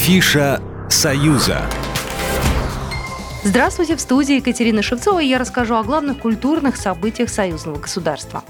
Афиша «Союза». Здравствуйте, в студии Екатерина Шевцова, и я расскажу о главных культурных событиях союзного государства.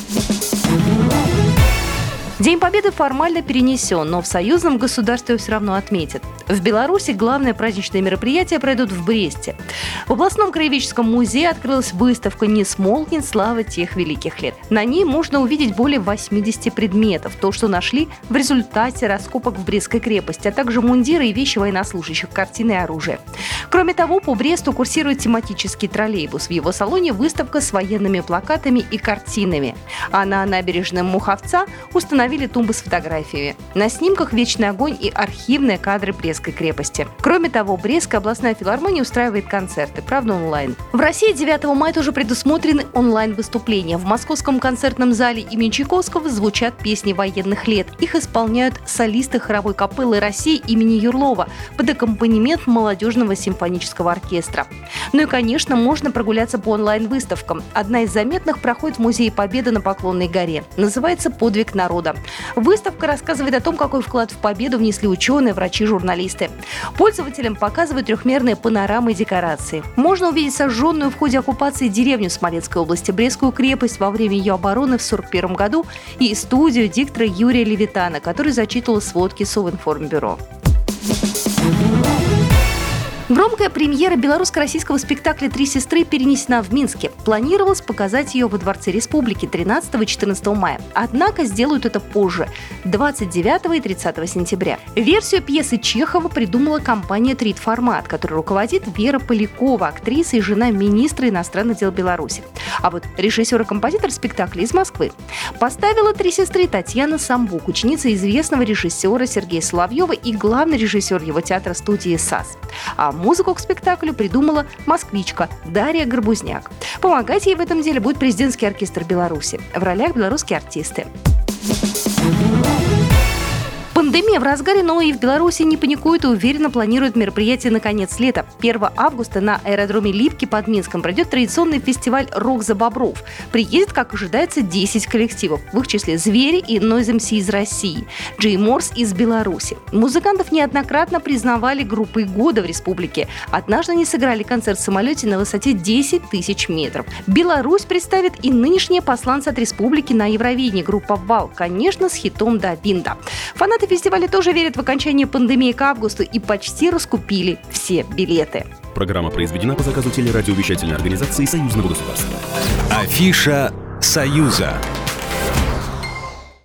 День Победы формально перенесен, но в союзном государстве его все равно отметят. В Беларуси главные праздничные мероприятия пройдут в Бресте. В областном краеведческом музее открылась выставка «Не смолкнет слава тех великих лет». На ней можно увидеть более 80 предметов, то, что нашли в результате раскопок в Брестской крепости, а также мундиры и вещи военнослужащих, картины и оружие. Кроме того, по Бресту курсирует тематический троллейбус. В его салоне выставка с военными плакатами и картинами. А на набережной Муховца установили тумбы с фотографиями. На снимках вечный огонь и архивные кадры Брестской крепости. Кроме того, Брестская областная филармония устраивает концерты, правда онлайн. В России 9 мая тоже предусмотрены онлайн-выступления. В Московском концертном зале имени Чайковского звучат песни военных лет. Их исполняют солисты хоровой капеллы России имени Юрлова под аккомпанемент молодежного симфонического оркестра. Ну и, конечно, можно прогуляться по онлайн-выставкам. Одна из заметных проходит в Музее Победы на Поклонной горе. Называется «Подвиг народа». Выставка рассказывает о том, какой вклад в победу внесли ученые, врачи, журналисты. Пользователям показывают трехмерные панорамы и декорации. Можно увидеть сожженную в ходе оккупации деревню Смоленской области, Брестскую крепость во время ее обороны в 1941 году и студию диктора Юрия Левитана, который зачитывал сводки Совинформбюро. Громкая премьера белорусско-российского спектакля «Три сестры» перенесена в Минске. Планировалось показать ее во Дворце Республики 13 и 14 мая. Однако сделают это позже, 29 и 30 сентября. Версию пьесы Чехова придумала компания «Трит-формат», которой руководит Вера Полякова, актриса и жена министра иностранных дел Беларуси. А вот режиссер и композитор спектакля из Москвы. Поставила «Три сестры» Татьяна Самбук, ученица известного режиссера Сергея Соловьева и главный режиссер его театра-студии САС. А музыку к спектаклю придумала москвичка Дарья Горбузняк. Помогать ей в этом деле будет президентский оркестр Беларуси. В ролях белорусские артисты. Пандемия в разгаре, но и в Беларуси не паникуют и уверенно планируют мероприятие на конец лета. 1 августа на аэродроме Липки под Минском пройдет традиционный фестиваль «Рок за бобров». Приедет, как ожидается, 10 коллективов, в их числе «Звери» и Noise MC из России, Джей Морс из Беларуси. Музыкантов неоднократно признавали группой года в республике. Однажды они сыграли концерт в самолете на высоте 10 тысяч метров. Беларусь представит и нынешние посланцы от республики на Евровидении, группа «Вал», конечно, с хитом «Да Бинда». Фанаты фестиваля тоже верят в окончание пандемии к августу и почти раскупили все билеты. Программа произведена по заказу телерадиовещательной организации Союзного государства. Афиша «Союза».